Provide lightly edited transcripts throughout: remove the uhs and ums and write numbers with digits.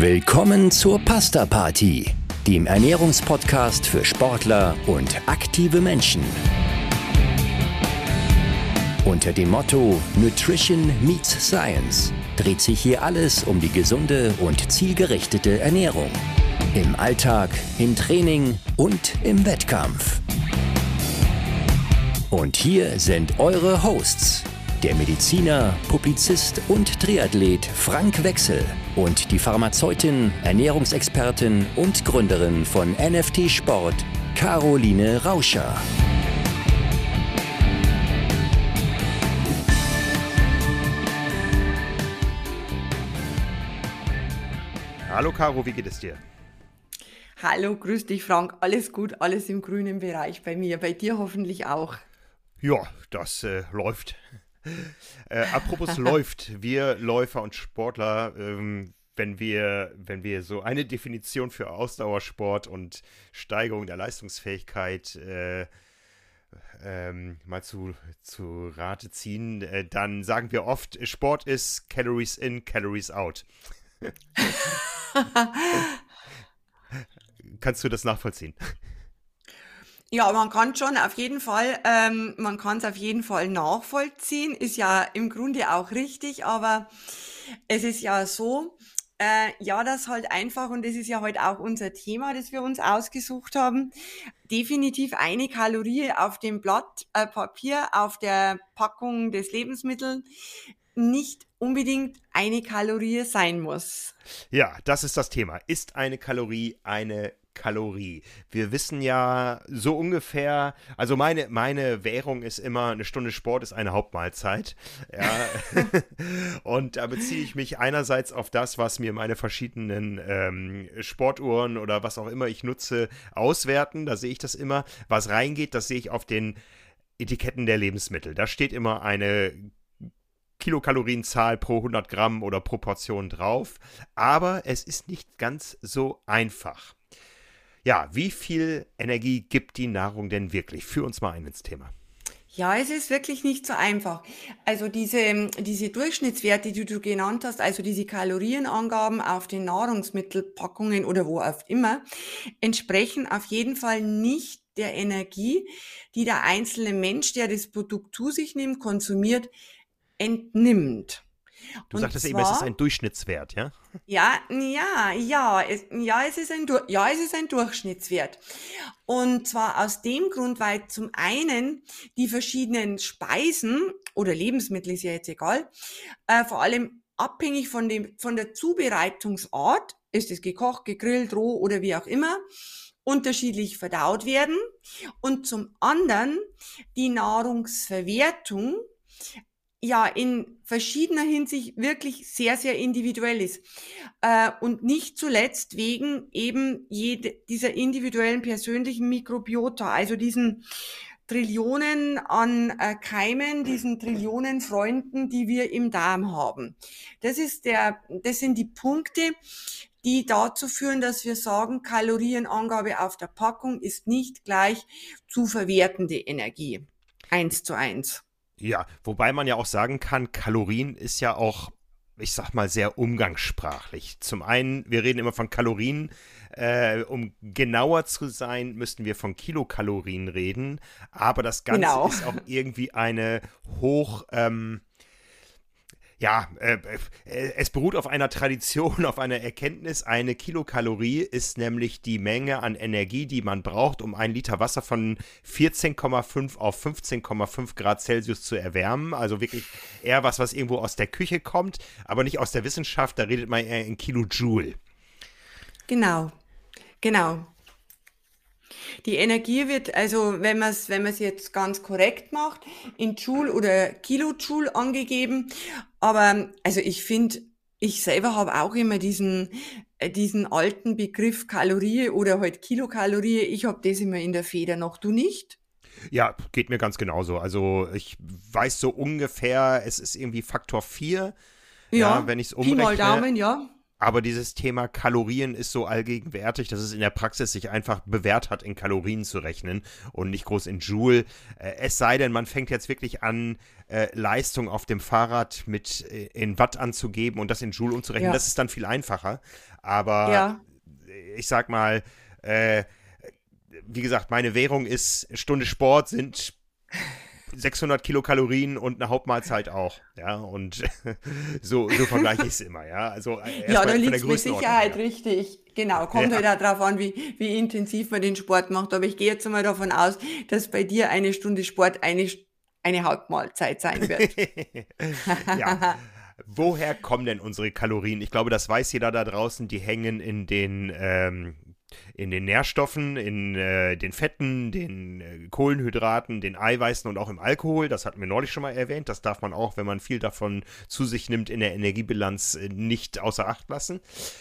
Willkommen zur Pasta Party, dem Ernährungspodcast für Sportler und aktive Menschen. Unter dem Motto Nutrition meets Science dreht sich hier alles um die gesunde und zielgerichtete Ernährung. Im Alltag, im Training und im Wettkampf. Und hier sind eure Hosts, der Mediziner, Publizist und Triathlet Frank Wechsel und die Pharmazeutin, Ernährungsexpertin und Gründerin von NFT Sport, Caroline Rauscher. Hallo Caro, wie geht es dir? Hallo, grüß dich Frank, alles gut, alles im grünen Bereich bei mir, bei dir hoffentlich auch. Ja, das läuft. Apropos läuft, wir Läufer und Sportler, wenn wir so eine Definition für Ausdauersport und Steigerung der Leistungsfähigkeit mal zu Rate ziehen, dann sagen wir oft, Sport ist Calories in, Calories out. Kannst du das nachvollziehen? Ja, man kann schon auf jeden Fall, man kann es auf jeden Fall nachvollziehen, ist ja im Grunde auch richtig, aber es ist ja so, ja, das halt einfach, und das ist ja heute auch unser Thema, das wir uns ausgesucht haben, definitiv eine Kalorie auf dem Blatt Papier, auf der Packung des Lebensmittels nicht unbedingt eine Kalorie sein muss. Ja, das ist das Thema. Ist eine Kalorie eine Kalorie? Wir wissen ja so ungefähr, also meine Währung ist immer, eine Stunde Sport ist eine Hauptmahlzeit. Ja. Und da beziehe ich mich einerseits auf das, was mir meine verschiedenen Sportuhren oder was auch immer ich nutze, auswerten. Da sehe ich das immer. Was reingeht, das sehe ich auf den Etiketten der Lebensmittel. Da steht immer eine Kilokalorienzahl pro 100 Gramm oder pro Portion drauf. Aber es ist nicht ganz so einfach. Ja, wie viel Energie gibt die Nahrung denn wirklich? Führ uns mal ein ins Thema. Ja, es ist wirklich nicht so einfach. Also diese Durchschnittswerte, die du genannt hast, also diese Kalorienangaben auf den Nahrungsmittelpackungen oder wo auch immer, entsprechen auf jeden Fall nicht der Energie, die der einzelne Mensch, der das Produkt zu sich nimmt, konsumiert, entnimmt. Du sagtest eben, es ist ein Durchschnittswert, ja? Es ist ein Durchschnittswert. Und zwar aus dem Grund, weil zum einen die verschiedenen Speisen oder Lebensmittel, ist ja jetzt egal, vor allem abhängig von der Zubereitungsart, ist es gekocht, gegrillt, roh oder wie auch immer, unterschiedlich verdaut werden. Und zum anderen die Nahrungsverwertung ja in verschiedener Hinsicht wirklich sehr, sehr individuell ist. Und nicht zuletzt wegen eben dieser individuellen persönlichen Mikrobiota, also diesen Trillionen an Keimen, diesen Trillionen Freunden, die wir im Darm haben. Das sind die Punkte, die dazu führen, dass wir sagen, Kalorienangabe auf der Packung ist nicht gleich zu verwertende Energie. 1:1. Ja, wobei man ja auch sagen kann, Kalorien ist ja auch, ich sag mal, sehr umgangssprachlich. Zum einen, wir reden immer von Kalorien, um genauer zu sein, müssten wir von Kilokalorien reden, aber das Ganze ist auch irgendwie eine es beruht auf einer Tradition, auf einer Erkenntnis. Eine Kilokalorie ist nämlich die Menge an Energie, die man braucht, um 1 Liter Wasser von 14,5 auf 15,5 Grad Celsius zu erwärmen. Also wirklich eher was irgendwo aus der Küche kommt, aber nicht aus der Wissenschaft. Da redet man eher in Kilojoule. Genau. Die Energie wird, also wenn man es jetzt ganz korrekt macht, in Joule oder Kilojoule angegeben. Aber also ich finde, ich selber habe auch immer diesen alten Begriff Kalorie oder halt Kilokalorie. Ich habe das immer in der Feder noch, du nicht? Ja, geht mir ganz genauso. Also ich weiß so ungefähr, es ist irgendwie Faktor 4. Ja, wenn ich es umrechne. Pi mal Daumen, ja. Aber dieses Thema Kalorien ist so allgegenwärtig, dass es in der Praxis sich einfach bewährt hat, in Kalorien zu rechnen und nicht groß in Joule. Es sei denn, man fängt jetzt wirklich an, Leistung auf dem Fahrrad mit in Watt anzugeben und das in Joule umzurechnen. Ja. Das ist dann viel einfacher. Aber Ja. ich sag mal, wie gesagt, meine Währung ist Stunde Sport sind 600 Kilokalorien und eine Hauptmahlzeit auch, ja, und so vergleiche ich es immer, ja, also Ja, erstmal da von der liegt es mit Größenordnung Sicherheit her. richtig. Genau, kommt Ja. halt auch darauf an, wie intensiv man den Sport macht. Aber ich gehe jetzt mal davon aus, dass bei dir eine Stunde Sport eine Hauptmahlzeit sein wird. Ja, woher kommen denn unsere Kalorien? Ich glaube, das weiß jeder da draußen, die hängen in den Nährstoffen, in den Fetten, den Kohlenhydraten, den Eiweißen und auch im Alkohol. Das hatten wir neulich schon mal erwähnt. Das darf man auch, wenn man viel davon zu sich nimmt, in der Energiebilanz nicht außer Acht lassen.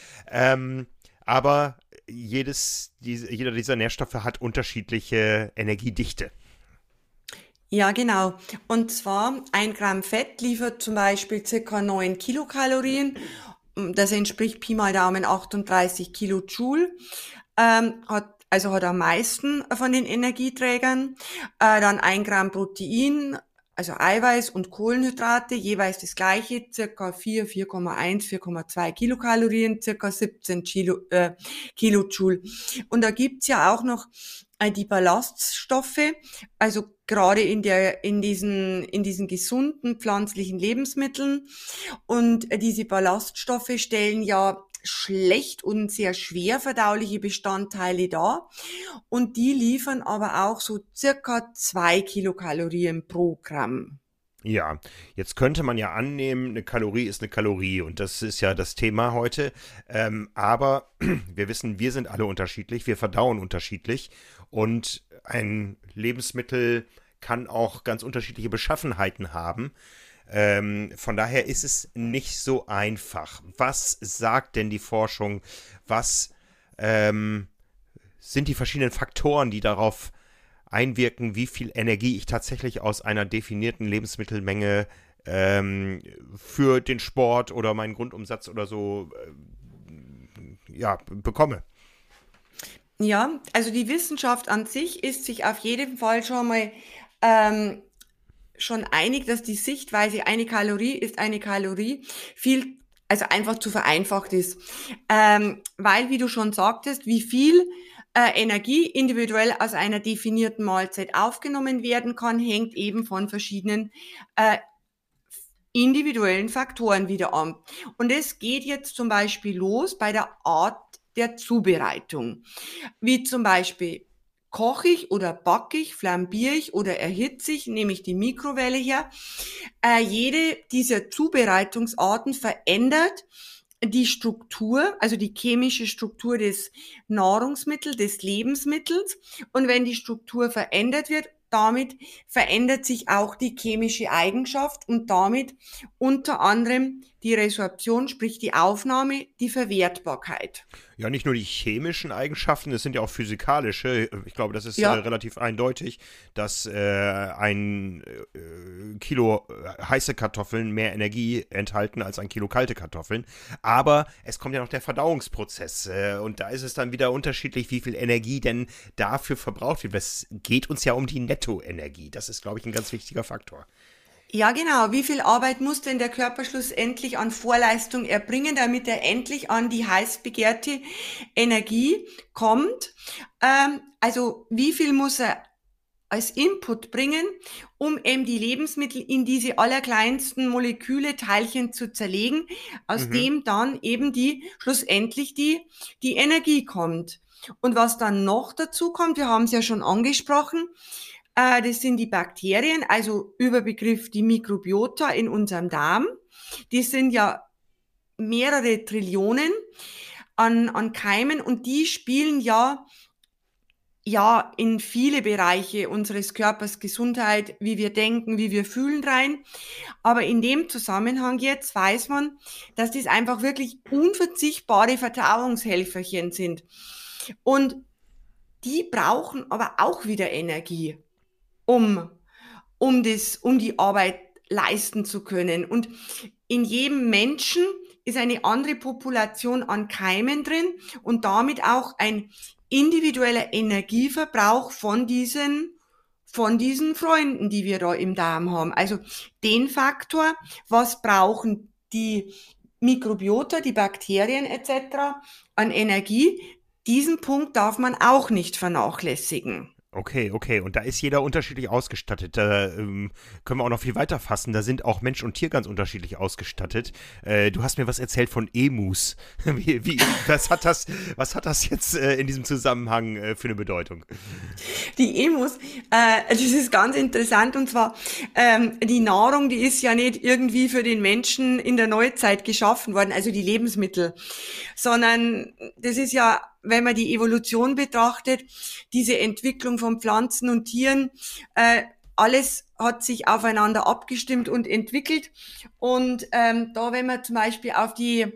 Aber jeder dieser Nährstoffe hat unterschiedliche Energiedichte. Ja, genau. Und zwar 1 Gramm Fett liefert zum Beispiel circa 9 Kilokalorien. Das entspricht Pi mal Daumen 38 Kilojoule. Hat am meisten von den Energieträgern. Dann 1 Gramm Protein, also Eiweiß und Kohlenhydrate, jeweils das gleiche, circa 4,1, 4,2 Kilokalorien, circa 17 Kilojoule. Und da gibt's ja auch noch die Ballaststoffe, also gerade in diesen gesunden pflanzlichen Lebensmitteln. Und diese Ballaststoffe stellen ja schlecht und sehr schwer verdauliche Bestandteile dar. Und die liefern aber auch so circa 2 Kilokalorien pro Gramm. Ja, jetzt könnte man ja annehmen, eine Kalorie ist eine Kalorie und das ist ja das Thema heute. Aber wir wissen, wir sind alle unterschiedlich, wir verdauen unterschiedlich und ein Lebensmittel kann auch ganz unterschiedliche Beschaffenheiten haben. Von daher ist es nicht so einfach. Was sagt denn die Forschung? Was sind die verschiedenen Faktoren, die darauf einwirken, wie viel Energie ich tatsächlich aus einer definierten Lebensmittelmenge für den Sport oder meinen Grundumsatz oder so bekomme? Ja, also die Wissenschaft an sich ist sich auf jeden Fall schon mal schon einig, dass die Sichtweise, eine Kalorie ist eine Kalorie, also einfach zu vereinfacht ist. Weil, wie du schon sagtest, wie viel Energie individuell aus einer definierten Mahlzeit aufgenommen werden kann, hängt eben von verschiedenen individuellen Faktoren wieder an. Und es geht jetzt zum Beispiel los bei der Art der Zubereitung. Wie zum Beispiel koche ich oder backe ich, flambiere ich oder erhitze ich, nehme ich die Mikrowelle her. Jede dieser Zubereitungsarten verändert die Struktur, also die chemische Struktur des Nahrungsmittels, des Lebensmittels. Und wenn die Struktur verändert wird, damit verändert sich auch die chemische Eigenschaft und damit unter anderem die Resorption, sprich die Aufnahme, die Verwertbarkeit. Ja, nicht nur die chemischen Eigenschaften, es sind ja auch physikalische. Ich glaube, das ist Ja, relativ eindeutig, dass ein Kilo heiße Kartoffeln mehr Energie enthalten als ein Kilo kalte Kartoffeln. Aber es kommt ja noch der Verdauungsprozess und da ist es dann wieder unterschiedlich, wie viel Energie denn dafür verbraucht wird. Es geht uns ja um die Nettoenergie. Das ist, glaube ich, ein ganz wichtiger Faktor. ja, genau. Wie viel Arbeit muss denn der Körper schlussendlich an Vorleistung erbringen, damit er endlich an die heiß begehrte Energie kommt? Also wie viel muss er als Input bringen, um eben die Lebensmittel in diese allerkleinsten Moleküle, Teilchen zu zerlegen, aus Mhm. dem dann eben schlussendlich die Energie kommt. Und was dann noch dazu kommt, wir haben es ja schon angesprochen, das sind die Bakterien, also Überbegriff die Mikrobiota in unserem Darm. Die sind ja mehrere Trillionen an Keimen und die spielen ja in viele Bereiche unseres Körpers, Gesundheit, wie wir denken, wie wir fühlen rein. Aber in dem Zusammenhang jetzt weiß man, dass das einfach wirklich unverzichtbare Verdauungshelferchen sind. Und die brauchen aber auch wieder Energie, um die Arbeit leisten zu können. Und in jedem Menschen ist eine andere Population an Keimen drin und damit auch ein individueller Energieverbrauch von diesen Freunden, die wir da im Darm haben. Also den Faktor, was brauchen die Mikrobiota, die Bakterien etc. an Energie, diesen Punkt darf man auch nicht vernachlässigen. Okay. Und da ist jeder unterschiedlich ausgestattet. Da können wir auch noch viel weiter fassen. Da sind auch Mensch und Tier ganz unterschiedlich ausgestattet. Du hast mir was erzählt von Emus. Was hat das jetzt in diesem Zusammenhang für eine Bedeutung? Die Emus, das ist ganz interessant und zwar die Nahrung, die ist ja nicht irgendwie für den Menschen in der Neuzeit geschaffen worden, also die Lebensmittel, sondern das ist ja, wenn man die Evolution betrachtet, diese Entwicklung von Pflanzen und Tieren, alles hat sich aufeinander abgestimmt und entwickelt. Und da, wenn man zum Beispiel auf die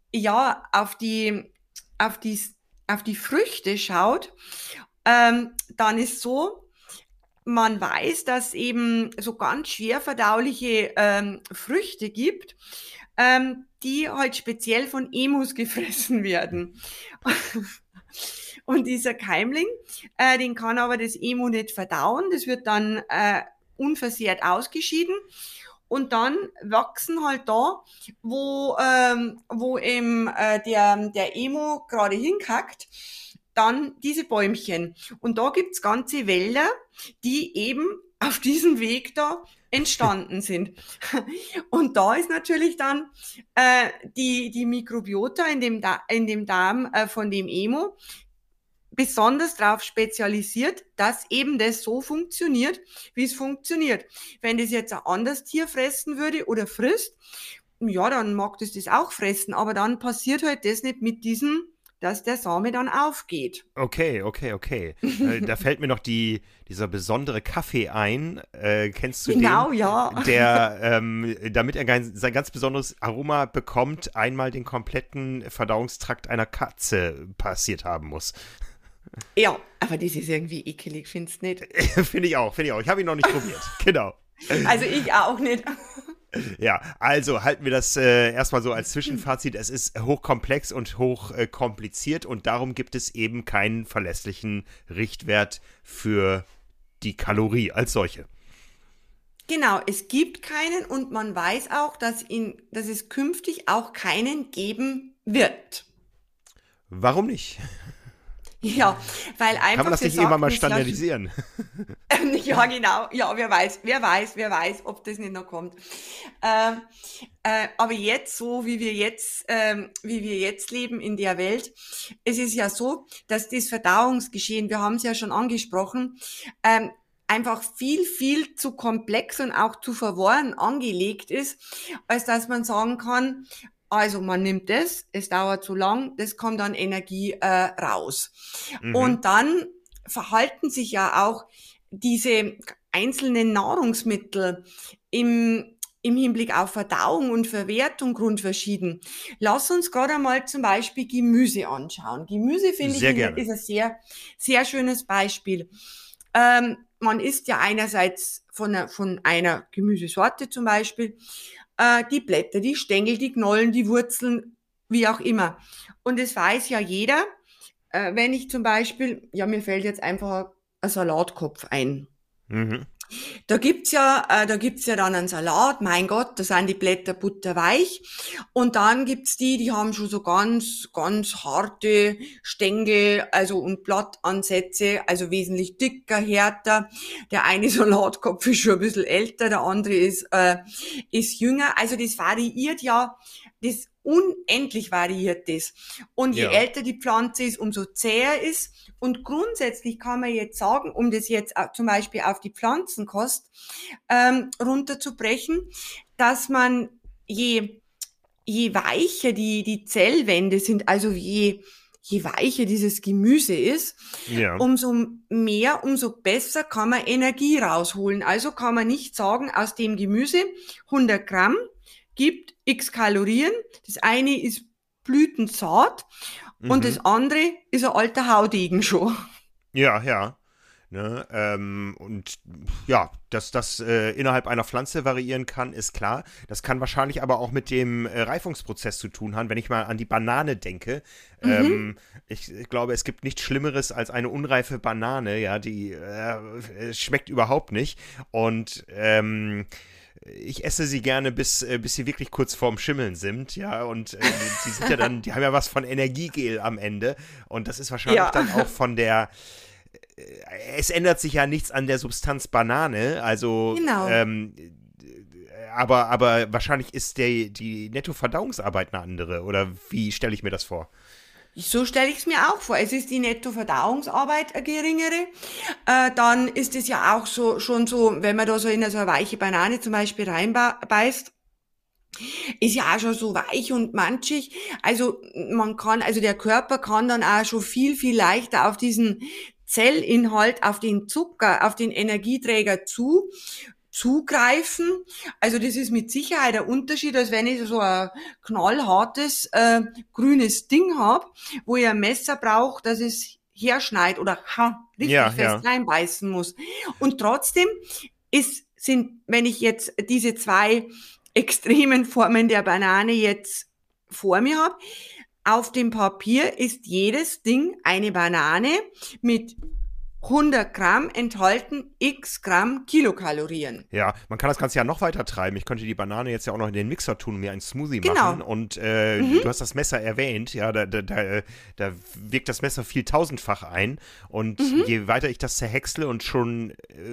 Früchte schaut, dann ist so, man weiß, dass eben so ganz schwer verdauliche Früchte gibt, die halt speziell von Emus gefressen werden. Und dieser Keimling, den kann aber das Emu nicht verdauen, das wird dann unversehrt ausgeschieden. Und dann wachsen halt da, wo eben der Emu gerade hinkackt, dann diese Bäumchen. Und da gibt's ganze Wälder, die eben auf diesem Weg da entstanden sind. Und da ist natürlich dann die Mikrobiota in dem Darm von dem Emu besonders darauf spezialisiert, dass eben das so funktioniert, wie es funktioniert. Wenn das jetzt ein anderes Tier fressen würde oder frisst, ja, dann mag das auch fressen, aber dann passiert halt das nicht mit diesem, dass der Same dann aufgeht. Okay. Da fällt mir noch dieser besondere Kaffee ein. Kennst du den? Genau, ja. Der, damit er sein ganz besonderes Aroma bekommt, einmal den kompletten Verdauungstrakt einer Katze passiert haben muss. Ja, aber das ist irgendwie ekelig, findest du nicht? Finde ich auch. Ich habe ihn noch nicht probiert. Genau. Also ich auch nicht. Ja, also halten wir das erstmal so als Zwischenfazit. Es ist hochkomplex und hochkompliziert und darum gibt es eben keinen verlässlichen Richtwert für die Kalorie als solche. Genau, es gibt keinen und man weiß auch, dass es künftig auch keinen geben wird. Warum nicht? Ja, weil einfach. Kann man das nicht irgendwann mal standardisieren? Ja, genau. Ja, wer weiß, ob das nicht noch kommt. Aber jetzt, so wie wir jetzt leben in der Welt, es ist ja so, dass das Verdauungsgeschehen, wir haben es ja schon angesprochen, einfach viel, viel zu komplex und auch zu verworren angelegt ist, als dass man sagen kann, also man nimmt das, es dauert zu lang, das kommt dann Energie raus. Mhm. Und dann verhalten sich ja auch diese einzelnen Nahrungsmittel im Hinblick auf Verdauung und Verwertung grundverschieden. Lass uns gerade einmal zum Beispiel Gemüse anschauen. Gemüse, finde ich, ist ein sehr, sehr schönes Beispiel. Man isst ja einerseits von einer Gemüsesorte zum Beispiel, die Blätter, die Stängel, die Knollen, die Wurzeln, wie auch immer. Und es weiß ja jeder, wenn ich zum Beispiel, ja, mir fällt jetzt einfach ein Salatkopf ein. Mhm. Da gibt's ja dann einen Salat, mein Gott, da sind die Blätter butterweich. Und dann gibt's die haben schon so ganz, ganz harte Stängel, also und Blattansätze, also wesentlich dicker, härter. Der eine Salatkopf ist schon ein bisschen älter, der andere ist jünger. Also das variiert ja, das unendlich variiert das. Und je älter die Pflanze ist, umso zäher ist. Und grundsätzlich kann man jetzt sagen, um das jetzt zum Beispiel auf die Pflanzenkost runterzubrechen, dass man je weicher die Zellwände sind, also je weicher dieses Gemüse ist, umso mehr, umso besser kann man Energie rausholen. Also kann man nicht sagen, aus dem Gemüse 100 Gramm gibt x Kalorien. Das eine ist blütenzart und das andere ist ein alter Haudegen schon. Ja. Ne? Und ja, dass das innerhalb einer Pflanze variieren kann, ist klar. Das kann wahrscheinlich aber auch mit dem Reifungsprozess zu tun haben. Wenn ich mal an die Banane denke, ich glaube, es gibt nichts Schlimmeres als eine unreife Banane, ja, die schmeckt überhaupt nicht. Und ich esse sie gerne, bis sie wirklich kurz vorm Schimmeln sind, ja, und die sind ja dann, die haben ja was von Energiegel am Ende und das ist wahrscheinlich dann auch von der, es ändert sich ja nichts an der Substanz Banane, also, Genau. aber wahrscheinlich ist die Nettoverdauungsarbeit eine andere, oder wie stelle ich mir das vor? So stelle ich es mir auch vor. Es ist die Nettoverdauungsarbeit eine geringere. Dann ist es ja auch schon so, wenn man da so in so eine weiche Banane zum Beispiel reinbeißt, ist ja auch schon so weich und matschig. Also also der Körper kann dann auch schon viel, viel leichter auf diesen Zellinhalt, auf den Zucker, auf den Energieträger zugreifen. Also das ist mit Sicherheit ein Unterschied, als wenn ich so ein knallhartes grünes Ding hab, wo ich ein Messer brauche, dass es herschneidet oder richtig fest reinbeißen muss. Und trotzdem wenn ich jetzt diese zwei extremen Formen der Banane jetzt vor mir habe, auf dem Papier ist jedes Ding eine Banane mit 100 Gramm enthalten x Gramm Kilokalorien. Ja, man kann das Ganze ja noch weiter treiben. Ich könnte die Banane jetzt ja auch noch in den Mixer tun und mir einen Smoothie machen. Und du hast das Messer erwähnt, ja, da wirkt das Messer viel tausendfach ein. Und je weiter ich das zerhäcksle und schon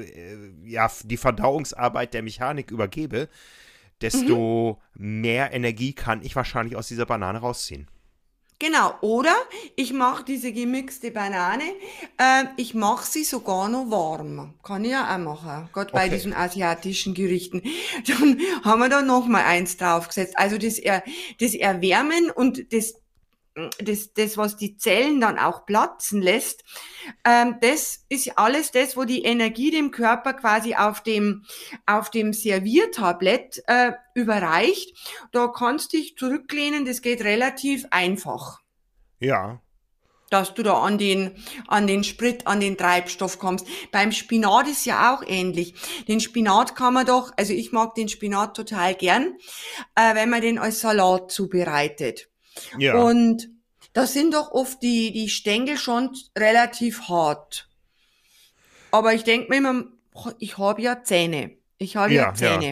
die Verdauungsarbeit der Mechanik übergebe, desto mehr Energie kann ich wahrscheinlich aus dieser Banane rausziehen. Genau, oder ich mache diese gemixte Banane, ich mache sie sogar noch warm. Kann ich ja auch machen, gerade bei diesen asiatischen Gerichten. Dann haben wir da noch mal eins draufgesetzt. Also das Erwärmen und das, was die Zellen dann auch platzen lässt, das ist alles das, wo die Energie dem Körper quasi auf dem Serviertablett überreicht. Da kannst du dich zurücklehnen, das geht relativ einfach. Ja. Dass du da an den Sprit, an den Treibstoff kommst. Beim Spinat ist ja auch ähnlich. Den Spinat kann man doch, also ich mag den Spinat total gern, wenn man den als Salat zubereitet. Ja. Und da sind doch oft die Stängel schon relativ hart. Aber ich denke mir immer, ich habe ja Zähne. Ja.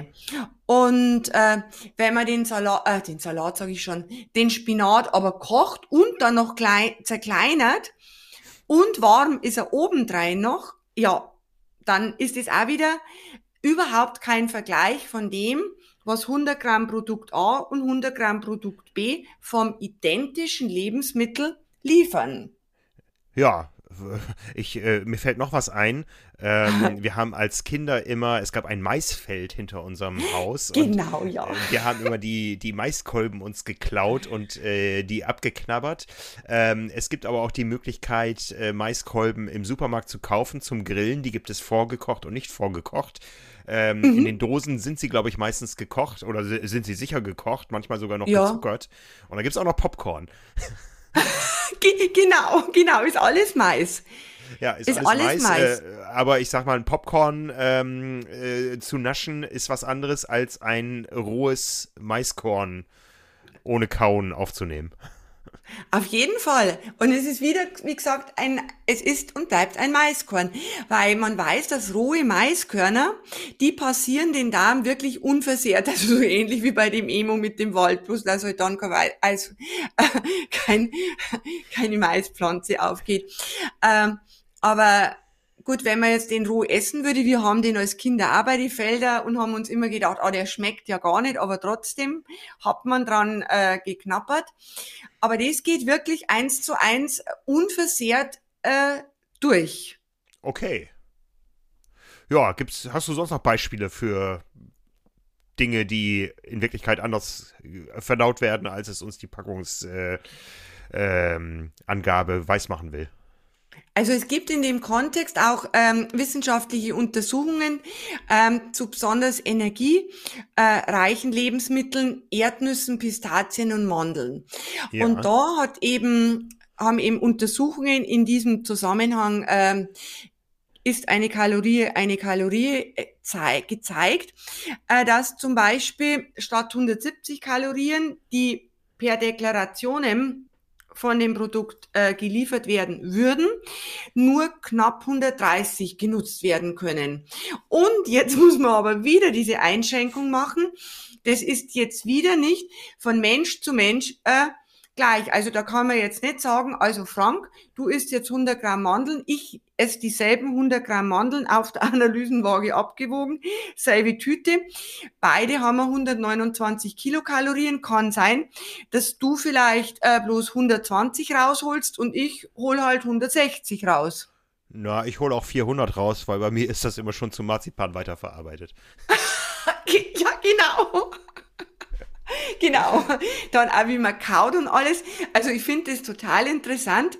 Und wenn man den Salat sage ich schon, den Spinat aber kocht und dann noch zerkleinert und warm ist er obendrein noch, ja, dann ist es auch wieder überhaupt kein Vergleich von dem, was 100 Gramm Produkt A und 100 Gramm Produkt B vom identischen Lebensmittel liefern. Ja, mir fällt noch was ein. Wir haben als Kinder immer, es gab ein Maisfeld hinter unserem Haus. Genau, und, ja. Wir haben immer die Maiskolben uns geklaut und die abgeknabbert. Es gibt aber auch die Möglichkeit, Maiskolben im Supermarkt zu kaufen zum Grillen. Die gibt es vorgekocht und nicht vorgekocht. In den Dosen sind sie, glaube ich, meistens gekocht oder sind sie sicher gekocht, manchmal sogar noch gezuckert. Und da gibt es auch noch Popcorn. Genau, ist alles Mais. Ja, ist alles Mais. Aber ich sag mal, ein Popcorn zu naschen ist was anderes als ein rohes Maiskorn ohne Kauen aufzunehmen. Auf jeden Fall. Und es ist wieder, wie gesagt, es ist und bleibt ein Maiskorn. Weil man weiß, dass rohe Maiskörner, die passieren den Darm wirklich unversehrt. Also so ähnlich wie bei dem Emo mit dem Wald, bloß dass halt dann keine Maispflanze aufgeht. Aber gut, wenn man jetzt den roh essen würde, wir haben den als Kinder auch bei den Feldern und haben uns immer gedacht, der schmeckt ja gar nicht, aber trotzdem hat man dran geknappert. Aber das geht wirklich 1:1 unversehrt durch. Okay. Ja, hast du sonst noch Beispiele für Dinge, die in Wirklichkeit anders verdaut werden, als es uns die Packungsangabe weismachen will? Also es gibt in dem Kontext auch wissenschaftliche Untersuchungen zu besonders energiereichen Lebensmitteln, Erdnüssen, Pistazien und Mandeln. Ja. Und da haben eben Untersuchungen in diesem Zusammenhang ist eine Kalorie gezeigt, dass zum Beispiel statt 170 Kalorien, die per Deklarationem von dem Produkt geliefert werden würden, nur knapp 130 genutzt werden können. Und jetzt muss man aber wieder diese Einschränkung machen. Das ist jetzt wieder nicht von Mensch zu Mensch gleich. Also da kann man jetzt nicht sagen, also Frank, du isst jetzt 100 Gramm Mandeln, ich esse dieselben 100 Gramm Mandeln auf der Analysenwaage abgewogen, selbe Tüte. Beide haben wir 129 Kilokalorien. Kann sein, dass du vielleicht bloß 120 rausholst und ich hole halt 160 raus. Na, ich hole auch 400 raus, weil bei mir ist das immer schon zum Marzipan weiterverarbeitet. Ja, genau. Genau. Dann auch wie man kaut und alles. Also ich finde das total interessant,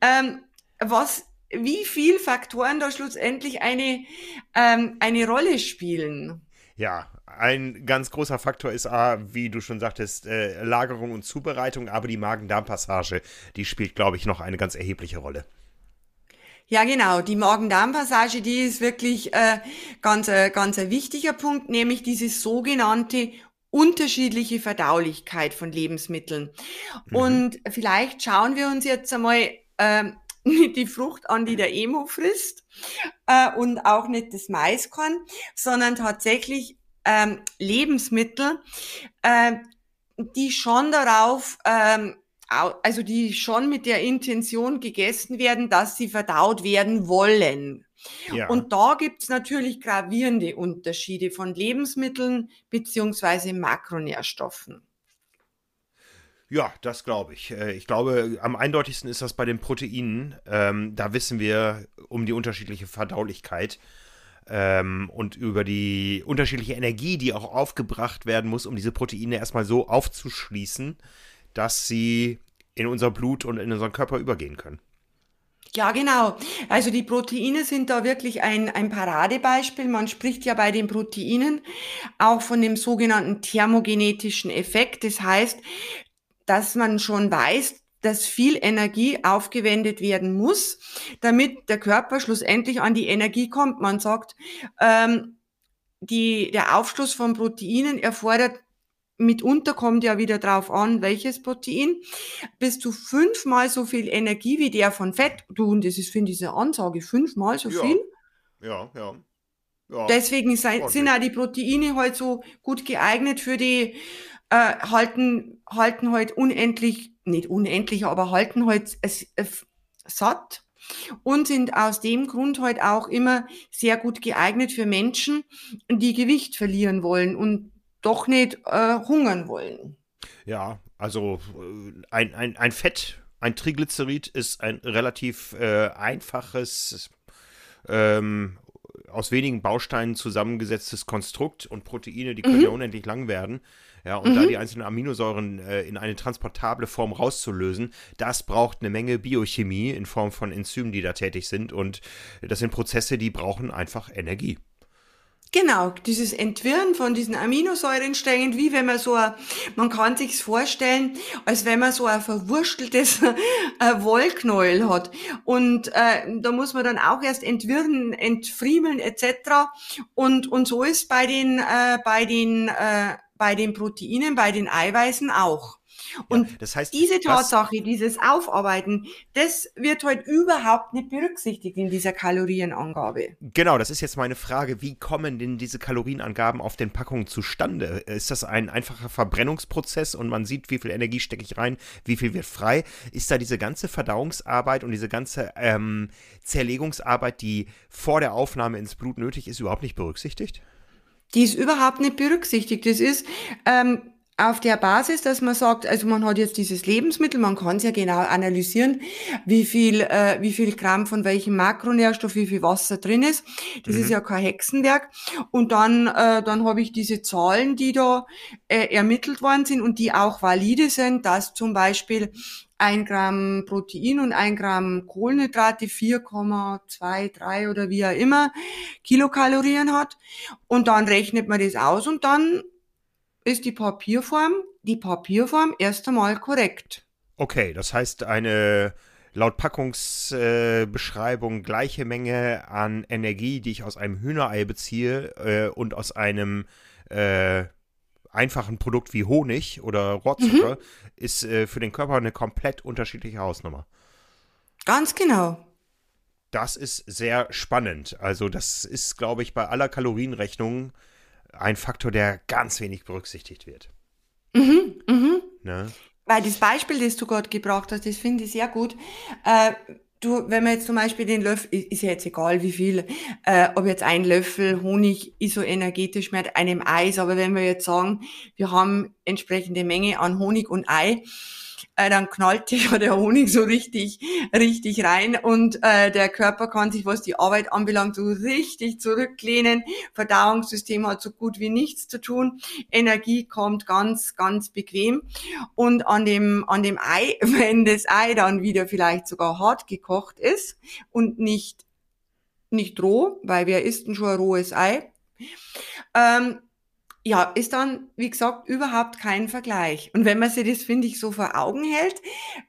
wie viel Faktoren da schlussendlich eine Rolle spielen. Ja, ein ganz großer Faktor ist, wie du schon sagtest, Lagerung und Zubereitung, aber die Magen-Darm-Passage, die spielt, glaube ich, noch eine ganz erhebliche Rolle. Ja, genau. Die Magen-Darm-Passage, die ist wirklich ganz ein wichtiger Punkt, nämlich diese sogenannte unterschiedliche Verdaulichkeit von Lebensmitteln. Und vielleicht schauen wir uns jetzt einmal nicht die Frucht an, die der Emo frisst und auch nicht das Maiskorn, sondern tatsächlich Lebensmittel, die schon darauf also die schon mit der Intention gegessen werden, dass sie verdaut werden wollen. Ja. Und da gibt's natürlich gravierende Unterschiede von Lebensmitteln beziehungsweise Makronährstoffen. Ja, das glaube ich. Ich glaube, am eindeutigsten ist das bei den Proteinen. Da wissen wir um die unterschiedliche Verdaulichkeit und über die unterschiedliche Energie, die auch aufgebracht werden muss, um diese Proteine erstmal so aufzuschließen, dass sie in unser Blut und in unseren Körper übergehen können. Ja, genau. Also die Proteine sind da wirklich ein Paradebeispiel. Man spricht ja bei den Proteinen auch von dem sogenannten thermogenetischen Effekt. Das heißt, dass man schon weiß, dass viel Energie aufgewendet werden muss, damit der Körper schlussendlich an die Energie kommt. Man sagt, der Aufschluss von Proteinen erfordert, mitunter kommt ja wieder drauf an, welches Protein, bis zu 5-mal so viel Energie wie der von Fett. Du, und das ist, finde ich, eine Ansage, 5-mal so viel. Ja. Deswegen sind auch die Proteine halt so gut geeignet für die, halten halt unendlich, nicht unendlich, aber halten halt satt und sind aus dem Grund halt auch immer sehr gut geeignet für Menschen, die Gewicht verlieren wollen und doch nicht hungern wollen. Ja, also ein Fett, ein Triglycerid ist ein relativ einfaches, aus wenigen Bausteinen zusammengesetztes Konstrukt und Proteine, die können ja unendlich lang werden. Ja, und da die einzelnen Aminosäuren in eine transportable Form rauszulösen, das braucht eine Menge Biochemie in Form von Enzymen, die da tätig sind. Und das sind Prozesse, die brauchen einfach Energie. Genau, dieses Entwirren von diesen Aminosäurensträngen, wie wenn man man kann sich's vorstellen, als wenn man so ein verwursteltes Wollknäuel hat. Und da muss man dann auch erst entwirren, entfriemeln etc. Und so ist bei den Proteinen, bei den Eiweißen auch. Und ja, das heißt, diese Tatsache, dieses Aufarbeiten, das wird halt überhaupt nicht berücksichtigt in dieser Kalorienangabe. Genau, das ist jetzt meine Frage. Wie kommen denn diese Kalorienangaben auf den Packungen zustande? Ist das ein einfacher Verbrennungsprozess und man sieht, wie viel Energie stecke ich rein, wie viel wird frei? Ist da diese ganze Verdauungsarbeit und diese ganze Zerlegungsarbeit, die vor der Aufnahme ins Blut nötig ist, überhaupt nicht berücksichtigt? Die ist überhaupt nicht berücksichtigt. Das ist auf der Basis, dass man sagt, also man hat jetzt dieses Lebensmittel, man kann es ja genau analysieren, wie viel Gramm von welchem Makronährstoff, wie viel Wasser drin ist. Das ist ja kein Hexenwerk. Und dann habe ich diese Zahlen, die da ermittelt worden sind und die auch valide sind, dass zum Beispiel 1 Gramm Protein und 1 Gramm Kohlenhydrate 4,23 oder wie auch immer Kilokalorien hat. Und dann rechnet man das aus und dann ist die Papierform erst einmal korrekt. Okay, das heißt, eine laut Packungsbeschreibung gleiche Menge an Energie, die ich aus einem Hühnerei beziehe und aus einem einfachen Produkt wie Honig oder Rohrzucker, ist für den Körper eine komplett unterschiedliche Hausnummer. Ganz genau. Das ist sehr spannend. Also das ist, glaube ich, bei aller Kalorienrechnung ein Faktor, der ganz wenig berücksichtigt wird. Ne? Weil das Beispiel, das du gerade gebracht hast, das finde ich sehr gut. Wenn man jetzt zum Beispiel den Löffel, ist ja jetzt egal wie viel, ob jetzt ein Löffel Honig isoenergetisch mit einem Ei ist, aber wenn wir jetzt sagen, wir haben entsprechende Menge an Honig und Ei, dann knallt ja der Honig so richtig rein und der Körper kann sich, was die Arbeit anbelangt, so richtig zurücklehnen. Verdauungssystem hat so gut wie nichts zu tun. Energie kommt ganz, ganz bequem. Und an dem Ei, wenn das Ei dann wieder vielleicht sogar hart gekocht ist und nicht roh, weil wer isst denn schon ein rohes Ei? Ja, ist dann, wie gesagt, überhaupt kein Vergleich. Und wenn man sich das, finde ich, so vor Augen hält,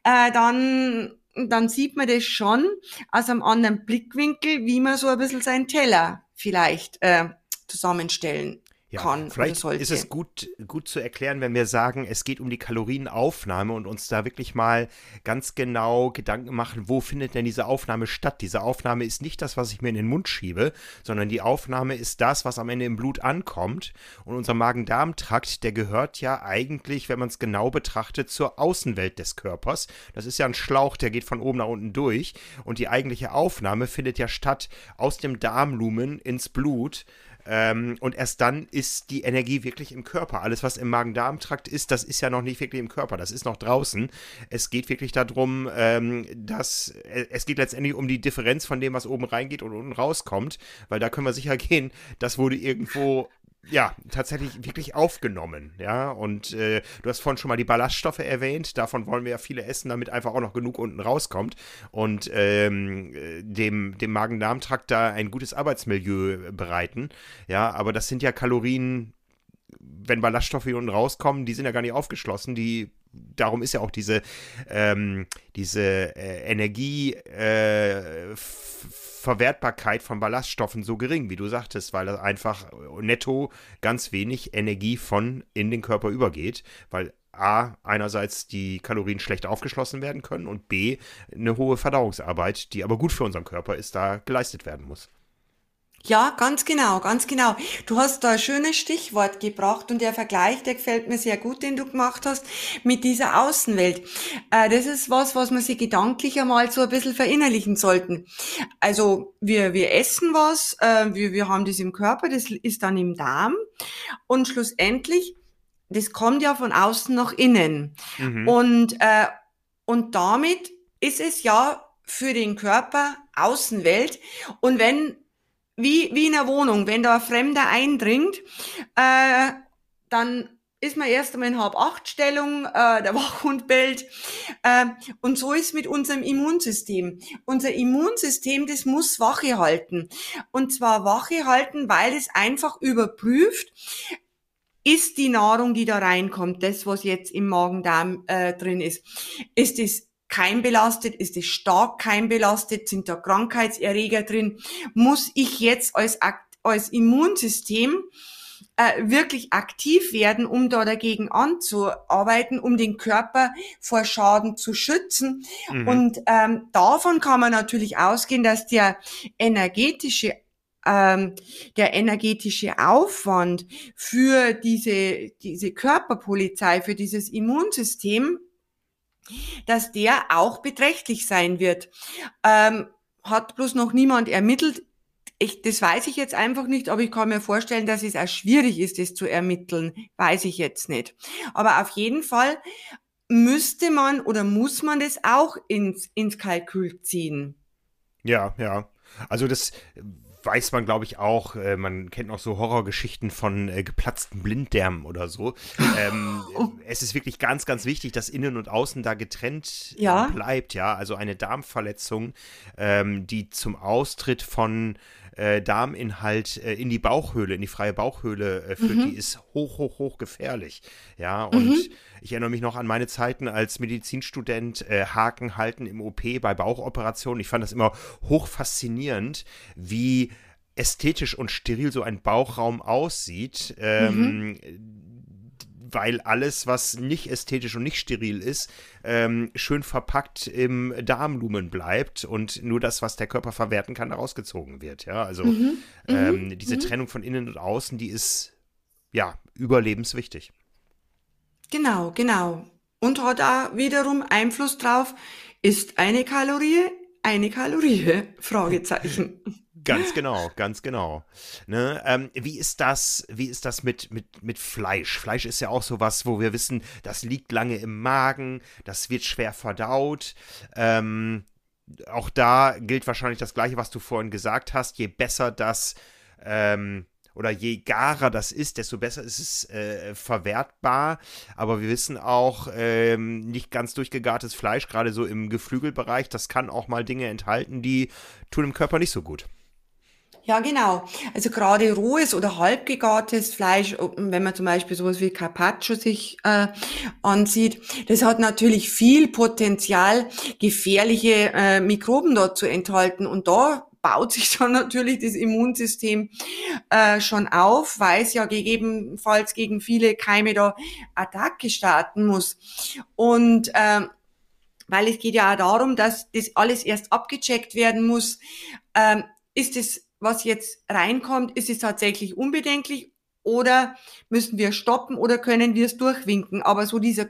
dann sieht man das schon aus einem anderen Blickwinkel, wie man so ein bisschen seinen Teller vielleicht zusammenstellen kann oder vielleicht sollte. ist es gut zu erklären, wenn wir sagen, es geht um die Kalorienaufnahme und uns da wirklich mal ganz genau Gedanken machen, wo findet denn diese Aufnahme statt? Diese Aufnahme ist nicht das, was ich mir in den Mund schiebe, sondern die Aufnahme ist das, was am Ende im Blut ankommt. Und unser Magen-Darm-Trakt, der gehört ja eigentlich, wenn man es genau betrachtet, zur Außenwelt des Körpers. Das ist ja ein Schlauch, der geht von oben nach unten durch. Und die eigentliche Aufnahme findet ja statt aus dem Darmlumen ins Blut. Und erst dann ist die Energie wirklich im Körper. Alles, was im Magen-Darm-Trakt ist, das ist ja noch nicht wirklich im Körper. Das ist noch draußen. Es geht wirklich darum, es geht letztendlich um die Differenz von dem, was oben reingeht und unten rauskommt. Weil da können wir sicher gehen, das wurde irgendwo tatsächlich wirklich aufgenommen, ja, und du hast vorhin schon mal die Ballaststoffe erwähnt, davon wollen wir ja viele essen, damit einfach auch noch genug unten rauskommt und dem Magen-Darm-Trakt da ein gutes Arbeitsmilieu bereiten, ja, aber das sind ja Kalorien, wenn Ballaststoffe hier unten rauskommen, die sind ja gar nicht aufgeschlossen, darum ist ja auch diese Verwertbarkeit von Ballaststoffen so gering, wie du sagtest, weil das einfach netto ganz wenig Energie in den Körper übergeht, weil A, einerseits die Kalorien schlecht aufgeschlossen werden können und B, eine hohe Verdauungsarbeit, die aber gut für unseren Körper ist, da geleistet werden muss. Ja, ganz genau, ganz genau. Du hast da ein schönes Stichwort gebracht und der Vergleich, der gefällt mir sehr gut, den du gemacht hast mit dieser Außenwelt. Das ist was wir sich gedanklich einmal so ein bisschen verinnerlichen sollten. Also wir essen was, wir haben das im Körper, das ist dann im Darm und schlussendlich, das kommt ja von außen nach innen. Und damit ist es ja für den Körper Außenwelt und wie in einer Wohnung, wenn da ein Fremder eindringt, dann ist man erst einmal in Halb-Acht-Stellung, der Wachhund bellt. Und so ist mit unserem Immunsystem. Unser Immunsystem, das muss Wache halten. Und zwar Wache halten, weil es einfach überprüft, ist die Nahrung, die da reinkommt, das, was jetzt im Magen-Darm drin ist es keimbelastet, ist es stark keimbelastet, sind da Krankheitserreger drin, muss ich jetzt als Immunsystem wirklich aktiv werden, um da dagegen anzuarbeiten, um den Körper vor Schaden zu schützen. Und davon kann man natürlich ausgehen, dass der energetische Aufwand für diese Körperpolizei, für dieses Immunsystem, dass der auch beträchtlich sein wird. Hat bloß noch niemand ermittelt. Das weiß ich jetzt einfach nicht, aber ich kann mir vorstellen, dass es auch schwierig ist, das zu ermitteln. Weiß ich jetzt nicht. Aber auf jeden Fall müsste man oder muss man das auch ins Kalkül ziehen. Ja. Also das weiß man, glaube ich, auch. Man kennt noch so Horrorgeschichten von geplatzten Blinddarmen oder so. Es ist wirklich ganz, ganz wichtig, dass Innen und Außen da getrennt bleibt. Ja, also eine Darmverletzung, die zum Austritt von Darminhalt in die Bauchhöhle, in die freie Bauchhöhle führt, die ist hoch gefährlich. Ja, und ich erinnere mich noch an meine Zeiten als Medizinstudent, Haken halten im OP bei Bauchoperationen. Ich fand das immer hoch faszinierend, wie ästhetisch und steril so ein Bauchraum aussieht, weil alles, was nicht ästhetisch und nicht steril ist, schön verpackt im Darmlumen bleibt und nur das, was der Körper verwerten kann, rausgezogen wird. Ja, also diese Trennung von innen und außen, die ist ja überlebenswichtig. Genau, genau. Und hat auch wiederum Einfluss drauf, ist eine Kalorie eine Kalorie? Fragezeichen. Ganz genau, ganz genau. Ne, wie ist das mit Fleisch? Fleisch ist ja auch sowas, wo wir wissen, das liegt lange im Magen, das wird schwer verdaut. Auch da gilt wahrscheinlich das Gleiche, was du vorhin gesagt hast. Je besser das oder je garer das ist, desto besser ist es verwertbar. Aber wir wissen auch, nicht ganz durchgegartes Fleisch, gerade so im Geflügelbereich, das kann auch mal Dinge enthalten, die tun dem Körper nicht so gut. Ja, genau. Also gerade rohes oder halbgegartes Fleisch, wenn man zum Beispiel sowas wie Carpaccio sich ansieht, das hat natürlich viel Potenzial, gefährliche Mikroben dort zu enthalten. Und da baut sich dann natürlich das Immunsystem schon auf, weil es ja gegebenenfalls gegen viele Keime da Attacke starten muss. Und weil es geht ja auch darum, dass das alles erst abgecheckt werden muss, ist es, was jetzt reinkommt, ist es tatsächlich unbedenklich oder müssen wir stoppen oder können wir es durchwinken? Aber so dieser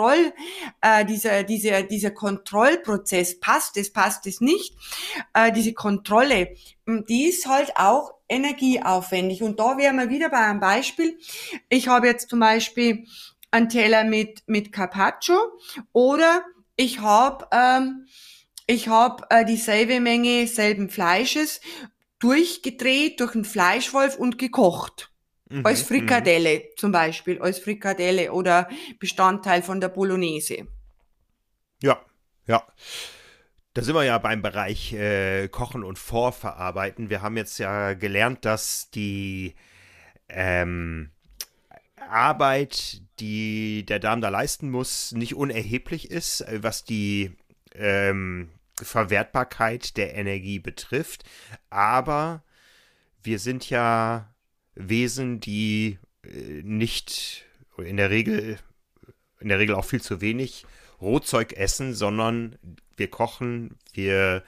dieser Kontrollprozess, passt es nicht, diese Kontrolle, die ist halt auch energieaufwendig. Und da wären wir wieder bei einem Beispiel. Ich habe jetzt zum Beispiel einen Teller mit Carpaccio oder ich habe dieselbe Menge selben Fleisches durchgedreht durch einen Fleischwolf und gekocht. Als Frikadelle zum Beispiel, als Frikadelle oder Bestandteil von der Bolognese. Ja, ja. Da sind wir ja beim Bereich Kochen und Vorverarbeiten. Wir haben jetzt ja gelernt, dass die Arbeit, die der Darm da leisten muss, nicht unerheblich ist, was die Verwertbarkeit der Energie betrifft, aber wir sind ja Wesen, die nicht in der Regel auch viel zu wenig Rohzeug essen, sondern wir kochen, wir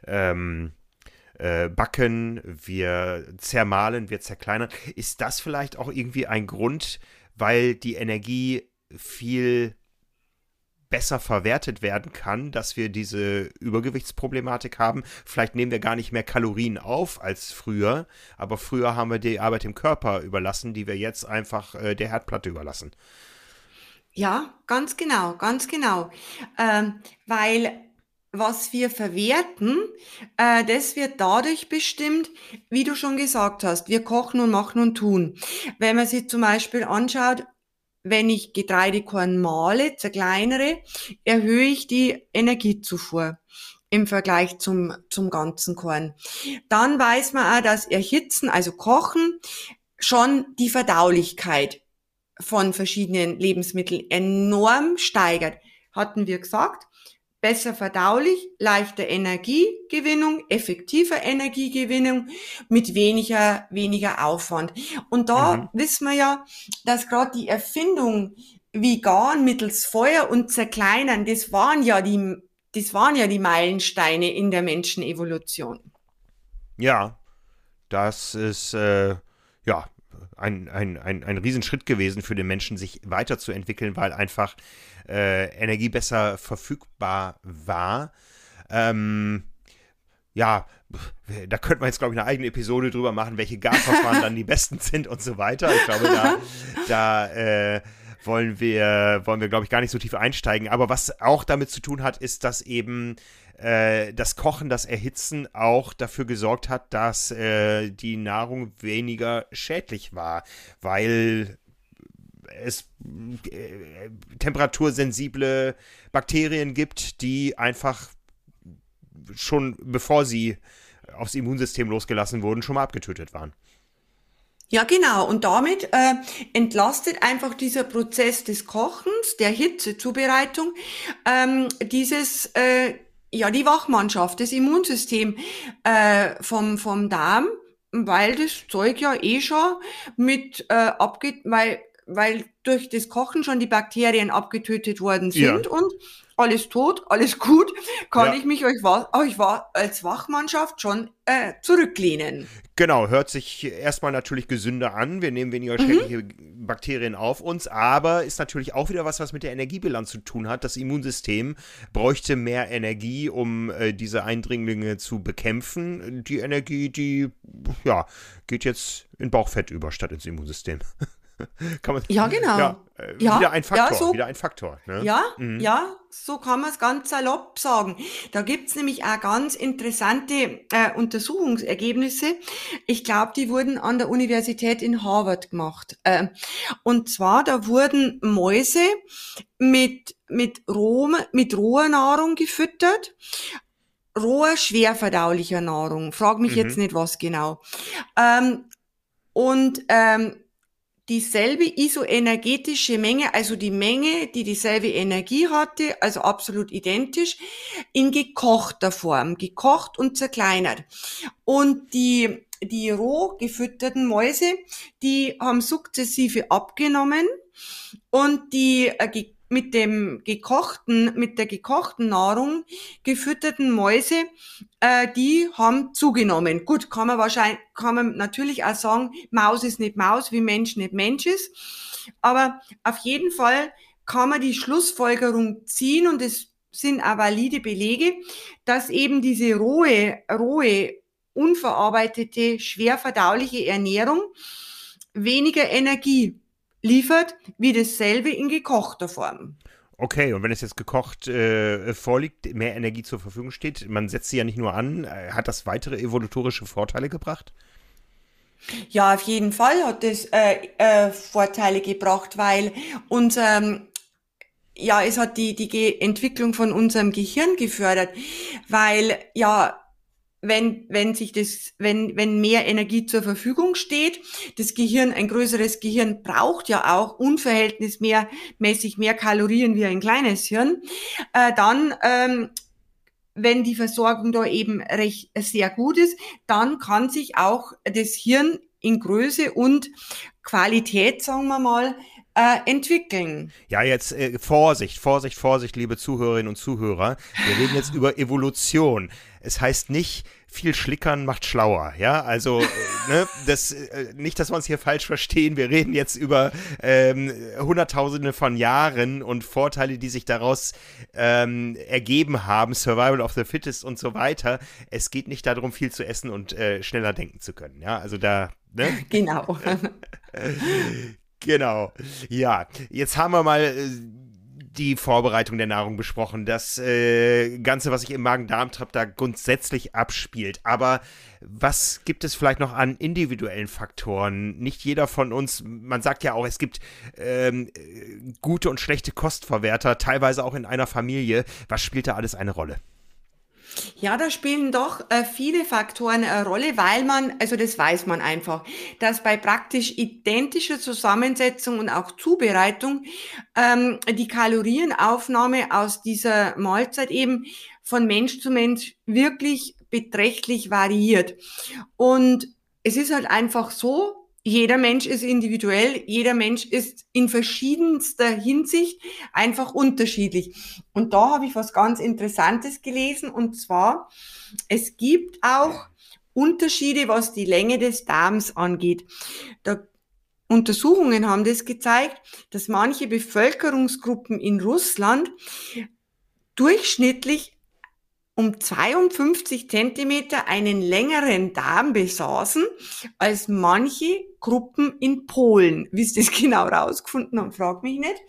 backen, wir zermahlen, wir zerkleinern. Ist das vielleicht auch irgendwie ein Grund, weil die Energie viel besser verwertet werden kann, dass wir diese Übergewichtsproblematik haben? Vielleicht nehmen wir gar nicht mehr Kalorien auf als früher, aber früher haben wir die Arbeit im Körper überlassen, die wir jetzt einfach der Herdplatte überlassen. Ja, ganz genau, ganz genau. Weil was wir verwerten, das wird dadurch bestimmt, wie du schon gesagt hast, wir kochen und machen und tun. Wenn man sich zum Beispiel anschaut, wenn ich Getreidekorn mahle, zerkleinere, erhöhe ich die Energiezufuhr im Vergleich zum ganzen Korn. Dann weiß man auch, dass Erhitzen, also Kochen, schon die Verdaulichkeit von verschiedenen Lebensmitteln enorm steigert. Hatten wir gesagt, besser verdaulich, leichter Energiegewinnung, effektiver Energiegewinnung mit weniger Aufwand. Und da wissen wir ja, dass gerade die Erfindung vegan mittels Feuer und Zerkleinern, das waren ja die Meilensteine in der Menschenevolution. Ja, das ist ja ein Riesenschritt gewesen für den Menschen, sich weiterzuentwickeln, weil einfach Energie besser verfügbar war. Ja, da könnte man jetzt, glaube ich, eine eigene Episode drüber machen, welche Gasverfahren dann die besten sind und so weiter. Ich glaube, da wollen wir, glaube ich, gar nicht so tief einsteigen. Aber was auch damit zu tun hat, ist, dass eben das Kochen, das Erhitzen auch dafür gesorgt hat, dass die Nahrung weniger schädlich war, weil es temperatursensible Bakterien gibt, die einfach schon bevor sie aufs Immunsystem losgelassen wurden, schon mal abgetötet waren. Ja, genau. Und damit entlastet einfach dieser Prozess des Kochens, der Hitzezubereitung, die Wachmannschaft, das Immunsystem vom Darm, weil das Zeug ja schon weil durch das Kochen schon die Bakterien abgetötet worden sind und alles tot, alles gut, kann ich mich als Wachmannschaft schon zurücklehnen. Genau, hört sich erstmal natürlich gesünder an. Wir nehmen weniger schädliche Bakterien auf uns, aber ist natürlich auch wieder was mit der Energiebilanz zu tun hat. Das Immunsystem bräuchte mehr Energie, um diese Eindringlinge zu bekämpfen. Die Energie, geht jetzt in Bauchfett über statt ins Immunsystem. Kann man, ja, genau. Wieder ein Faktor. Ne? Ja, so kann man es ganz salopp sagen. Da gibt's nämlich auch ganz interessante Untersuchungsergebnisse. Ich glaube, die wurden an der Universität in Harvard gemacht. Und zwar, da wurden Mäuse mit roher Nahrung gefüttert. Roher, schwerverdaulicher Nahrung. Frag mich jetzt nicht, was genau. Dieselbe isoenergetische Menge, also die Menge, die dieselbe Energie hatte, also absolut identisch, in gekochter Form, gekocht und zerkleinert. Und die roh gefütterten Mäuse, die haben sukzessive abgenommen und die mit der gekochten Nahrung gefütterten Mäuse, die haben zugenommen. Gut, kann man natürlich auch sagen, Maus ist nicht Maus, wie Mensch nicht Mensch ist. Aber auf jeden Fall kann man die Schlussfolgerung ziehen, und es sind auch valide Belege, dass eben diese rohe, unverarbeitete, schwer verdauliche Ernährung weniger Energie liefert, wie dasselbe in gekochter Form. Okay, und wenn es jetzt gekocht vorliegt, mehr Energie zur Verfügung steht, man setzt sie ja nicht nur an, hat das weitere evolutorische Vorteile gebracht? Ja, auf jeden Fall hat es Vorteile gebracht, weil es hat die Entwicklung von unserem Gehirn gefördert, weil wenn mehr Energie zur Verfügung steht, das Gehirn, ein größeres Gehirn braucht ja auch unverhältnismäßig mehr Kalorien wie ein kleines Hirn, wenn die Versorgung da eben sehr gut ist, dann kann sich auch das Hirn in Größe und Qualität, sagen wir mal, entwickeln. Ja, jetzt Vorsicht, liebe Zuhörerinnen und Zuhörer. Wir reden jetzt über Evolution. Es heißt nicht, viel Schlickern macht schlauer, ja, also nicht, dass wir uns hier falsch verstehen, wir reden jetzt über Hunderttausende von Jahren und Vorteile, die sich daraus ergeben haben, Survival of the Fittest und so weiter. Es geht nicht darum, viel zu essen und schneller denken zu können, ja, also da, ne? Genau. Genau, ja, jetzt haben wir mal die Vorbereitung der Nahrung besprochen, das Ganze, was sich im Magen-Darm-Trakt da grundsätzlich abspielt. Aber was gibt es vielleicht noch an individuellen Faktoren? Nicht jeder von uns, man sagt ja auch, es gibt gute und schlechte Kostverwerter, teilweise auch in einer Familie. Was spielt da alles eine Rolle? Ja, da spielen doch viele Faktoren eine Rolle, das weiß man einfach, dass bei praktisch identischer Zusammensetzung und auch Zubereitung die Kalorienaufnahme aus dieser Mahlzeit eben von Mensch zu Mensch wirklich beträchtlich variiert. Und es ist halt einfach so, jeder Mensch ist individuell, jeder Mensch ist in verschiedenster Hinsicht einfach unterschiedlich. Und da habe ich was ganz Interessantes gelesen, und zwar, es gibt auch Unterschiede, was die Länge des Darms angeht. Untersuchungen haben das gezeigt, dass manche Bevölkerungsgruppen in Russland durchschnittlich um 52 Zentimeter einen längeren Darm besaßen als manche Gruppen in Polen. Wie sie das genau rausgefunden haben, frag mich nicht.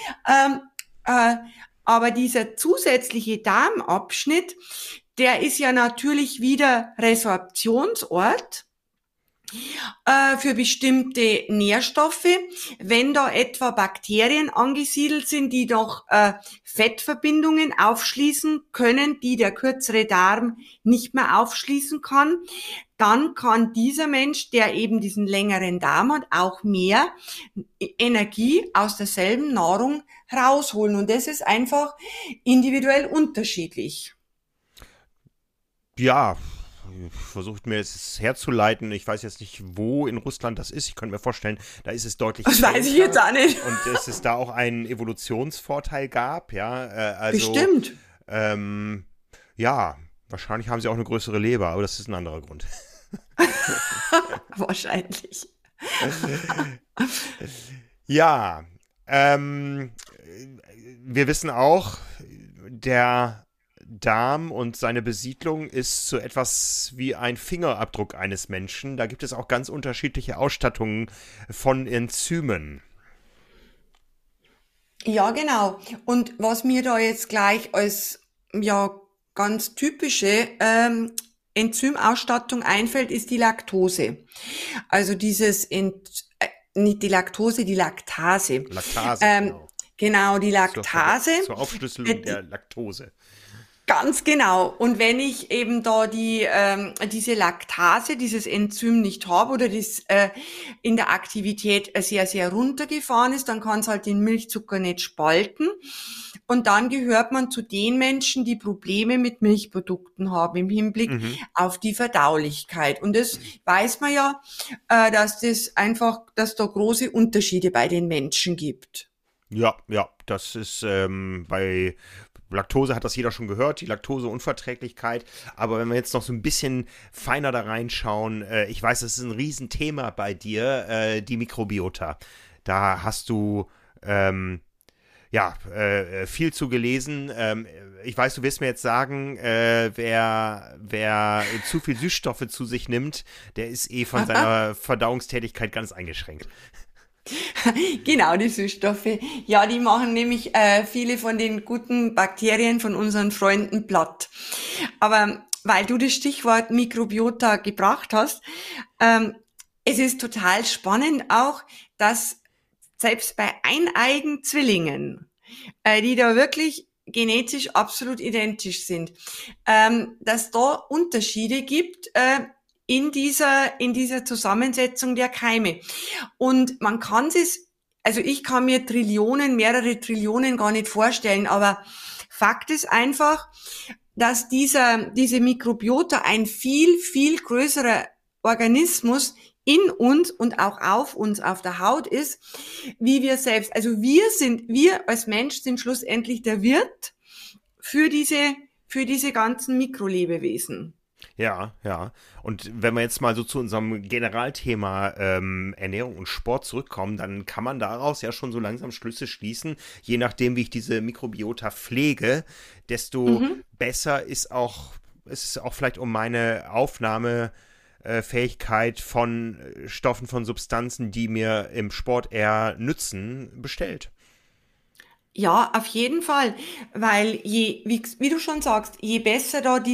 Aber dieser zusätzliche Darmabschnitt, der ist ja natürlich wieder Resorptionsort für bestimmte Nährstoffe. Wenn da etwa Bakterien angesiedelt sind, die doch Fettverbindungen aufschließen können, die der kürzere Darm nicht mehr aufschließen kann, dann kann dieser Mensch, der eben diesen längeren Darm hat, auch mehr Energie aus derselben Nahrung rausholen. Und das ist einfach individuell unterschiedlich. Ja, versucht mir es herzuleiten. Ich weiß jetzt nicht, wo in Russland das ist. Ich könnte mir vorstellen, da ist es deutlich Das weiß ich jetzt auch nicht. und dass es da auch einen Evolutionsvorteil gab. Ja, also Bestimmt. Ja, wahrscheinlich haben sie auch eine größere Leber, aber das ist ein anderer Grund. Wahrscheinlich. Ja, wir wissen auch, der Darm und seine Besiedlung ist so etwas wie ein Fingerabdruck eines Menschen. Da gibt es auch ganz unterschiedliche Ausstattungen von Enzymen. Ja, genau. Und was mir da jetzt gleich als ja ganz typische Enzymausstattung einfällt, ist die Laktose. Also nicht die Laktose, die Laktase. Laktase, genau. Genau, die Laktase. Zur Aufschlüsselung der Laktose. Ganz genau. Und wenn ich eben da diese Laktase, dieses Enzym nicht habe oder das in der Aktivität sehr, sehr runtergefahren ist, dann kann es halt den Milchzucker nicht spalten. Und dann gehört man zu den Menschen, die Probleme mit Milchprodukten haben im Hinblick auf die Verdaulichkeit. Und das weiß man ja, dass da große Unterschiede bei den Menschen gibt. Ja, das ist bei Laktose hat das jeder schon gehört, die Laktoseunverträglichkeit. Aber wenn wir jetzt noch so ein bisschen feiner da reinschauen, ich weiß, das ist ein Riesenthema bei dir, die Mikrobiota. Da hast du viel zu gelesen. Ich weiß, du wirst mir jetzt sagen, wer zu viel Süßstoffe zu sich nimmt, der ist von seiner Verdauungstätigkeit ganz eingeschränkt. Genau, die Süßstoffe. Ja, die machen nämlich viele von den guten Bakterien von unseren Freunden platt. Aber weil du das Stichwort Mikrobiota gebracht hast, es ist total spannend auch, dass selbst bei eineigen Zwillingen, die da wirklich genetisch absolut identisch sind, dass da Unterschiede gibt, in dieser Zusammensetzung der Keime. Und man kann also ich kann mir mehrere Trillionen gar nicht vorstellen, aber Fakt ist einfach, dass diese Mikrobiota ein viel, viel größerer Organismus in uns und auch auf uns, auf der Haut ist, wie wir selbst. Also wir als Mensch sind schlussendlich der Wirt für diese ganzen Mikrolebewesen. Ja. Und wenn wir jetzt mal so zu unserem Generalthema Ernährung und Sport zurückkommen, dann kann man daraus ja schon so langsam Schlüsse schließen. Je nachdem, wie ich diese Mikrobiota pflege, desto besser ist es auch vielleicht um meine Aufnahmefähigkeit von Stoffen, von Substanzen, die mir im Sport eher nützen, bestellt. Ja, auf jeden Fall, weil wie du schon sagst, je besser da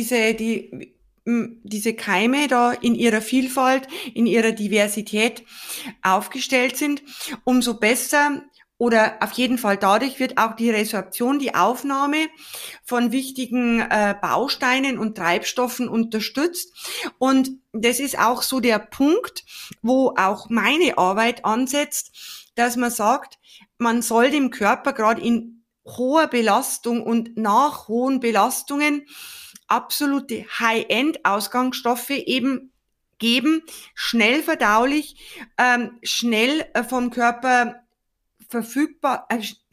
diese Keime da in ihrer Vielfalt, in ihrer Diversität aufgestellt sind, umso besser oder auf jeden Fall dadurch wird auch die Resorption, die Aufnahme von wichtigen Bausteinen und Treibstoffen unterstützt. Und das ist auch so der Punkt, wo auch meine Arbeit ansetzt, dass man sagt, man soll dem Körper gerade in hoher Belastung und nach hohen Belastungen absolute High-End-Ausgangsstoffe eben geben, schnell verdaulich, schnell vom Körper verfügbar,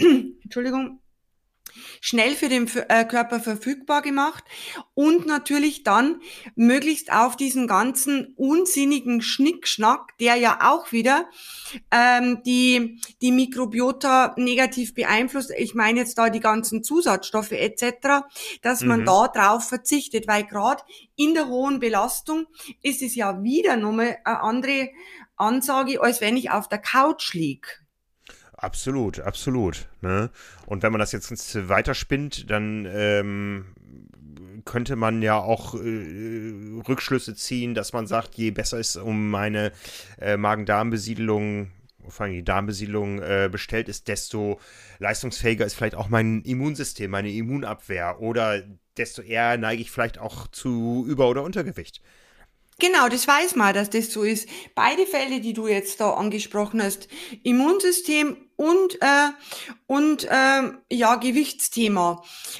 schnell für den Körper verfügbar gemacht und natürlich dann möglichst auf diesen ganzen unsinnigen Schnickschnack, der ja auch wieder die Mikrobiota negativ beeinflusst. Ich meine jetzt da die ganzen Zusatzstoffe etc., dass man da drauf verzichtet, weil gerade in der hohen Belastung ist es ja wieder nochmal eine andere Ansage, als wenn ich auf der Couch liege. Absolut. Ne? Und wenn man das jetzt weiterspinnt, dann könnte man ja auch Rückschlüsse ziehen, dass man sagt, je besser es um meine Magen-Darm-Besiedelung, vor allem die Darmbesiedlung bestellt ist, desto leistungsfähiger ist vielleicht auch mein Immunsystem, meine Immunabwehr, oder desto eher neige ich vielleicht auch zu Über- oder Untergewicht. Genau, das weiß man, dass das so ist. Beide Fälle, die du jetzt da angesprochen hast, Immunsystem und Gewichtsthema.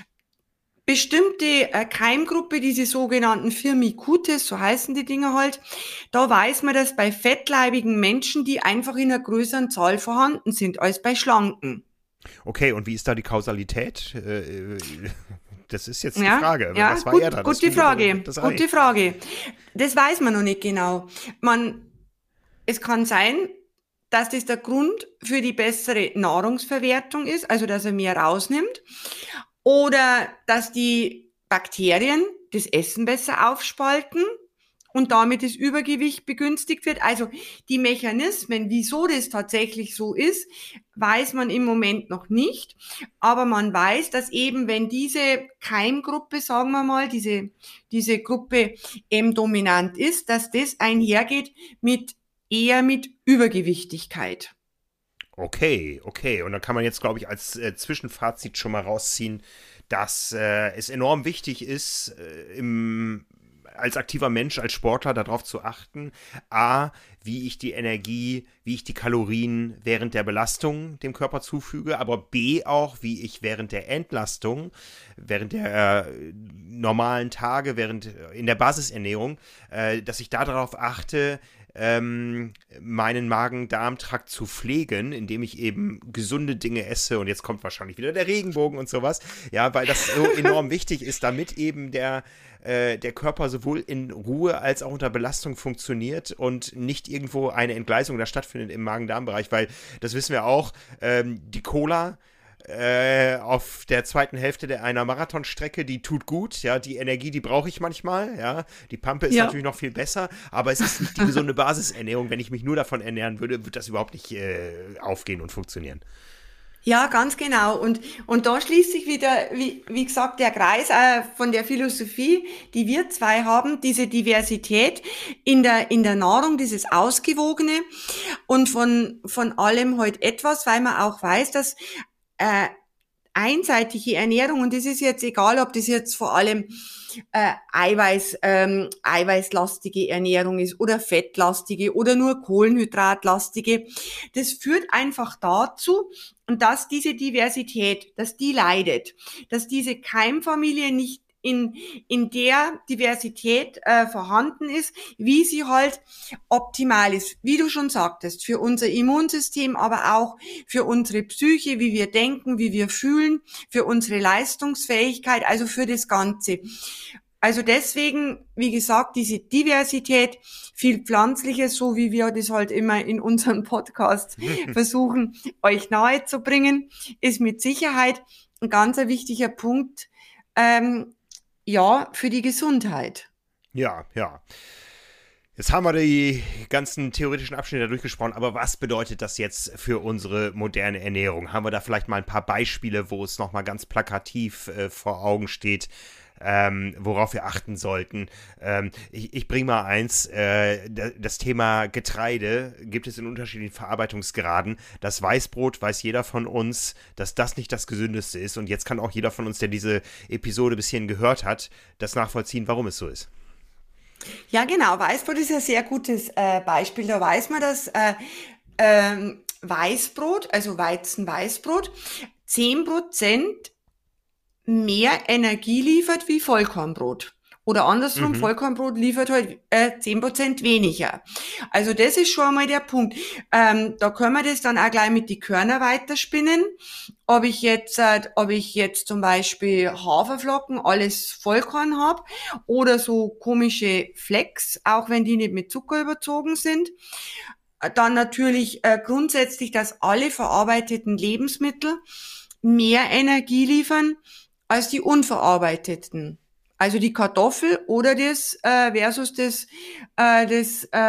Bestimmte Keimgruppe, diese sogenannten Firmicutes, so heißen die Dinger halt, da weiß man, dass bei fettleibigen Menschen die einfach in einer größeren Zahl vorhanden sind als bei Schlanken. Okay, und wie ist da die Kausalität? Das ist jetzt die Ja, Frage. ja, Was war gut, eher da? gute Frage, Das gute Ei? Frage. Das weiß man noch nicht genau. Es kann sein, dass das der Grund für die bessere Nahrungsverwertung ist, also dass er mehr rausnimmt, oder dass die Bakterien das Essen besser aufspalten und damit das Übergewicht begünstigt wird. Also die Mechanismen, wieso das tatsächlich so ist, weiß man im Moment noch nicht. Aber man weiß, dass eben, wenn diese Keimgruppe, sagen wir mal, diese Gruppe dominant ist, dass das einhergeht eher mit Übergewichtigkeit. Okay, okay. Und dann kann man jetzt, glaube ich, als Zwischenfazit schon mal rausziehen, dass es enorm wichtig ist, als aktiver Mensch, als Sportler darauf zu achten, a, wie ich die Energie, wie ich die Kalorien während der Belastung dem Körper zufüge, aber b, auch, wie ich während der Entlastung, während der normalen Tage, in der Basisernährung, dass ich darauf achte, meinen Magen-Darm-Trakt zu pflegen, indem ich eben gesunde Dinge esse, und jetzt kommt wahrscheinlich wieder der Regenbogen und sowas, ja, weil das so enorm wichtig ist, damit eben der Körper sowohl in Ruhe als auch unter Belastung funktioniert und nicht irgendwo eine Entgleisung da stattfindet im Magen-Darm-Bereich, weil das wissen wir auch, die Cola auf der zweiten Hälfte einer Marathonstrecke, die tut gut, ja, die Energie, die brauche ich manchmal, ja, die Pampe ist natürlich noch viel besser, aber es ist nicht die gesunde Basisernährung. Wenn ich mich nur davon ernähren würde, würde das überhaupt nicht aufgehen und funktionieren. Ja, ganz genau. Und da schließt sich wieder, wie gesagt, der Kreis von der Philosophie, die wir zwei haben, diese Diversität in der Nahrung, dieses Ausgewogene und von allem halt etwas, weil man auch weiß, dass einseitige Ernährung, und das ist jetzt egal, ob das jetzt vor allem eiweißlastige Ernährung ist oder fettlastige oder nur kohlenhydratlastige, das führt einfach dazu, dass diese Diversität, dass die leidet, dass diese Keimfamilie nicht in der Diversität vorhanden ist, wie sie halt optimal ist. Wie du schon sagtest, für unser Immunsystem, aber auch für unsere Psyche, wie wir denken, wie wir fühlen, für unsere Leistungsfähigkeit, also für das Ganze. Also deswegen, wie gesagt, diese Diversität, viel Pflanzliches, so wie wir das halt immer in unserem Podcast versuchen, euch nahe zu bringen, ist mit Sicherheit ein ganz wichtiger Punkt, für die Gesundheit. Ja, ja. Jetzt haben wir die ganzen theoretischen Abschnitte durchgesprochen, aber was bedeutet das jetzt für unsere moderne Ernährung? Haben wir da vielleicht mal ein paar Beispiele, wo es nochmal ganz plakativ vor Augen steht, worauf wir achten sollten? Ich bringe mal eins, das Thema Getreide gibt es in unterschiedlichen Verarbeitungsgraden. Das Weißbrot weiß jeder von uns, dass das nicht das Gesündeste ist, und jetzt kann auch jeder von uns, der diese Episode bis hierhin gehört hat, das nachvollziehen, warum es so ist. Ja, genau. Weißbrot ist ein sehr gutes Beispiel. Da weiß man, dass Weißbrot, also Weizenweißbrot, 10% mehr Energie liefert wie Vollkornbrot. Oder andersrum, Vollkornbrot liefert halt 10% weniger. Also das ist schon einmal der Punkt. Da können wir das dann auch gleich mit die Körner weiterspinnen. Ob ich jetzt zum Beispiel Haferflocken, alles Vollkorn habe, oder so komische Flecks, auch wenn die nicht mit Zucker überzogen sind. Dann natürlich grundsätzlich, dass alle verarbeiteten Lebensmittel mehr Energie liefern als die unverarbeiteten. Also die Kartoffel oder das versus das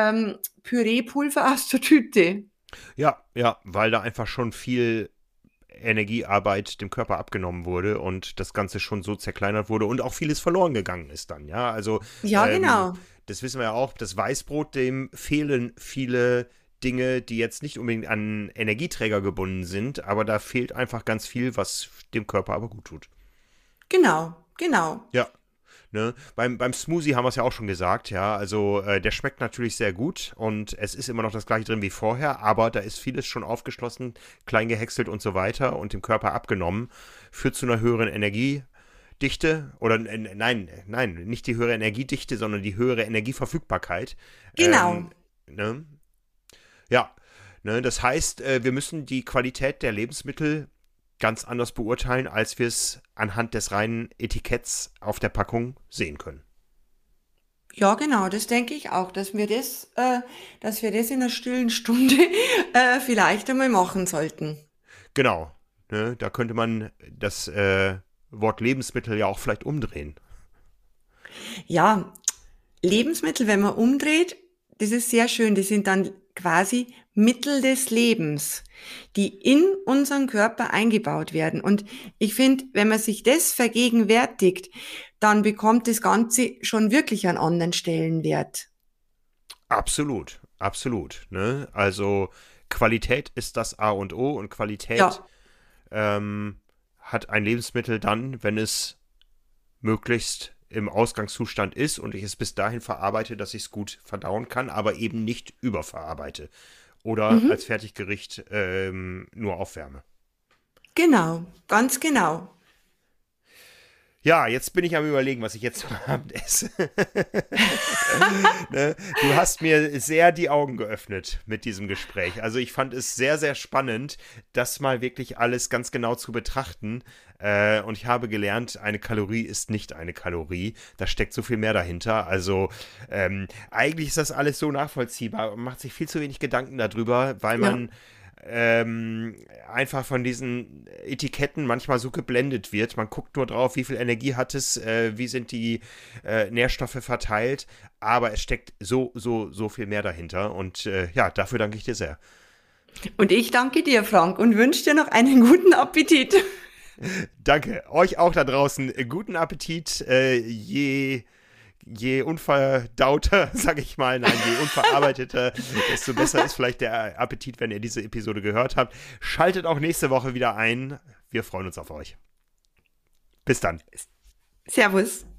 Püreepulver aus der Tüte. Ja, ja, weil da einfach schon viel Energiearbeit dem Körper abgenommen wurde und das Ganze schon so zerkleinert wurde und auch vieles verloren gegangen ist dann, ja, also Ja, genau. das wissen wir ja auch, das Weißbrot, dem fehlen viele Dinge, die jetzt nicht unbedingt an Energieträger gebunden sind, aber da fehlt einfach ganz viel, was dem Körper aber gut tut. Genau, genau. Ja. Ne? Beim Smoothie haben wir es ja auch schon gesagt, ja, also der schmeckt natürlich sehr gut und es ist immer noch das gleiche drin wie vorher, aber da ist vieles schon aufgeschlossen, klein gehäckselt und so weiter und dem Körper abgenommen, führt zu einer höheren Energiedichte oder nein, nicht die höhere Energiedichte, sondern die höhere Energieverfügbarkeit. Genau. Ne? Ja, ne? Das heißt, wir müssen die Qualität der Lebensmittel ganz anders beurteilen, als wir es anhand des reinen Etiketts auf der Packung sehen können. Ja, genau, das denke ich auch, dass wir das in einer stillen Stunde vielleicht einmal machen sollten. Genau. Ne? Da könnte man das Wort Lebensmittel ja auch vielleicht umdrehen. Ja, Lebensmittel, wenn man umdreht, das ist sehr schön. Das sind dann quasi Mittel des Lebens, die in unseren Körper eingebaut werden. Und ich finde, wenn man sich das vergegenwärtigt, dann bekommt das Ganze schon wirklich einen anderen Stellenwert. Absolut, absolut. Ne? Also Qualität ist das A und O und Qualität Ja, hat ein Lebensmittel dann, wenn es möglichst im Ausgangszustand ist und ich es bis dahin verarbeite, dass ich es gut verdauen kann, aber eben nicht überverarbeite. Oder als Fertiggericht nur aufwärme. genau, ganz genau. Ja, jetzt bin ich am Überlegen, was ich jetzt zum Abend esse. Ne? Du hast mir sehr die Augen geöffnet mit diesem Gespräch. Also ich fand es sehr, sehr spannend, das mal wirklich alles ganz genau zu betrachten. Und ich habe gelernt, eine Kalorie ist nicht eine Kalorie. Da steckt so viel mehr dahinter. Also eigentlich ist das alles so nachvollziehbar. Man macht sich viel zu wenig Gedanken darüber, weil Ja. man einfach von diesen Etiketten manchmal so geblendet wird. Man guckt nur drauf, wie viel Energie hat es, wie sind die Nährstoffe verteilt, aber es steckt so viel mehr dahinter und ja, dafür danke ich dir sehr. Und ich danke dir, Frank, und wünsche dir noch einen guten Appetit. Danke, euch auch da draußen guten Appetit, je unverdauter, sag ich mal, nein, je unverarbeiteter, desto besser ist vielleicht der Appetit, wenn ihr diese Episode gehört habt. Schaltet auch nächste Woche wieder ein. Wir freuen uns auf euch. Bis dann. Servus.